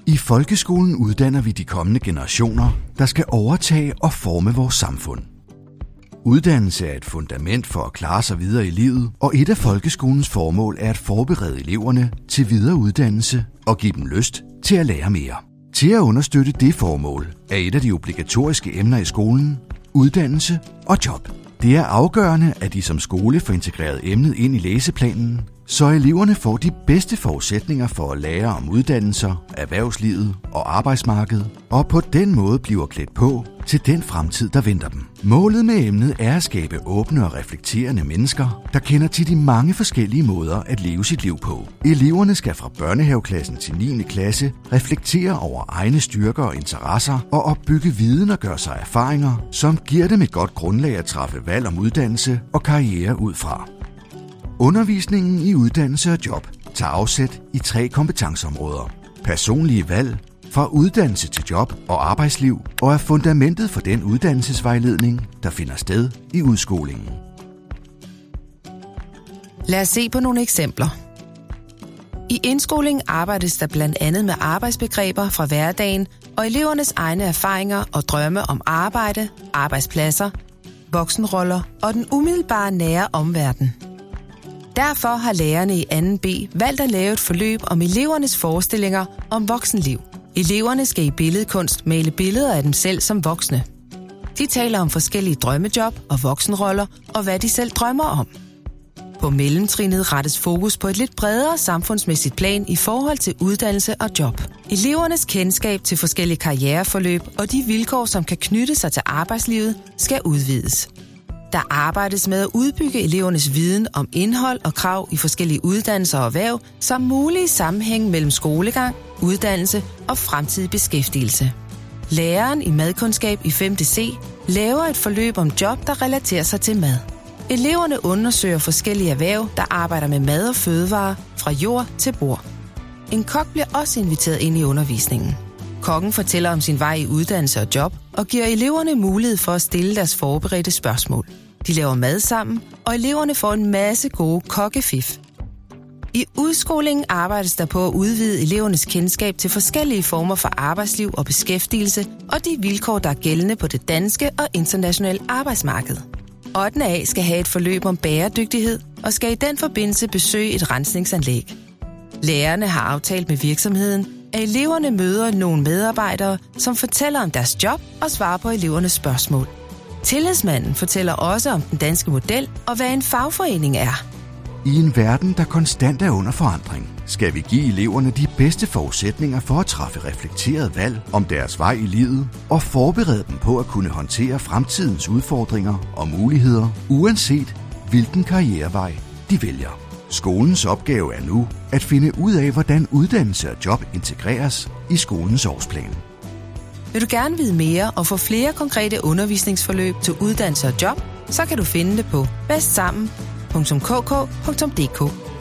I folkeskolen uddanner vi de kommende generationer, der skal overtage og forme vores samfund. Uddannelse er et fundament for at klare sig videre i livet, og et af folkeskolens formål er at forberede eleverne til videre uddannelse og give dem lyst til at lære mere. Til at understøtte det formål er et af de obligatoriske emner i skolen uddannelse og job. Det er afgørende, at de som skole får integreret emnet ind i læseplanen, så eleverne får de bedste forudsætninger for at lære om uddannelser, erhvervslivet og arbejdsmarkedet, og på den måde bliver klædt på til den fremtid, der venter dem. Målet med emnet er at skabe åbne og reflekterende mennesker, der kender til de mange forskellige måder at leve sit liv på. Eleverne skal fra børnehaveklassen til 9. klasse reflektere over egne styrker og interesser og opbygge viden og gøre sig erfaringer, som giver dem et godt grundlag at træffe valg om uddannelse og karriere ud fra. Undervisningen i uddannelse og job tager afsæt i 3 kompetenceområder. Personlige valg, fra uddannelse til job og arbejdsliv, og er fundamentet for den uddannelsesvejledning, der finder sted i udskolingen. Lad os se på nogle eksempler. I indskolingen arbejdes der blandt andet med arbejdsbegreber fra hverdagen og elevernes egne erfaringer og drømme om arbejde, arbejdspladser, voksenroller og den umiddelbare nære omverden. Derfor har lærerne i 2B valgt at lave et forløb om elevernes forestillinger om voksenliv. Eleverne skal i billedkunst male billeder af dem selv som voksne. De taler om forskellige drømmejob og voksenroller og hvad de selv drømmer om. På mellemtrinnet rettes fokus på et lidt bredere samfundsmæssigt plan i forhold til uddannelse og job. Elevernes kendskab til forskellige karriereforløb og de vilkår, som kan knytte sig til arbejdslivet, skal udvides. Der arbejdes med at udbygge elevernes viden om indhold og krav i forskellige uddannelser og erhverv, som mulige sammenhæng mellem skolegang, uddannelse og fremtidig beskæftigelse. Læreren i madkundskab i 5.C laver et forløb om job, der relaterer sig til mad. Eleverne undersøger forskellige erhverv, der arbejder med mad og fødevarer fra jord til bord. En kok bliver også inviteret ind i undervisningen. Kokken fortæller om sin vej i uddannelse og job og giver eleverne mulighed for at stille deres forberedte spørgsmål. De laver mad sammen, og eleverne får en masse gode kokkefif. I udskolingen arbejdes der på at udvide elevernes kendskab til forskellige former for arbejdsliv og beskæftigelse og de vilkår, der er gældende på det danske og internationale arbejdsmarked. 8. A skal have et forløb om bæredygtighed og skal i den forbindelse besøge et rensningsanlæg. Lærerne har aftalt med virksomheden, at eleverne møder nogle medarbejdere, som fortæller om deres job og svarer på elevernes spørgsmål. Tillidsmanden fortæller også om den danske model og hvad en fagforening er. I en verden, der konstant er under forandring, skal vi give eleverne de bedste forudsætninger for at træffe reflekterede valg om deres vej i livet og forberede dem på at kunne håndtere fremtidens udfordringer og muligheder, uanset hvilken karrierevej de vælger. Skolens opgave er nu at finde ud af, hvordan uddannelse og job integreres i skolens årsplan. Vil du gerne vide mere og få flere konkrete undervisningsforløb til uddannelse og job, så kan du finde det på bestsammen.kk.dk.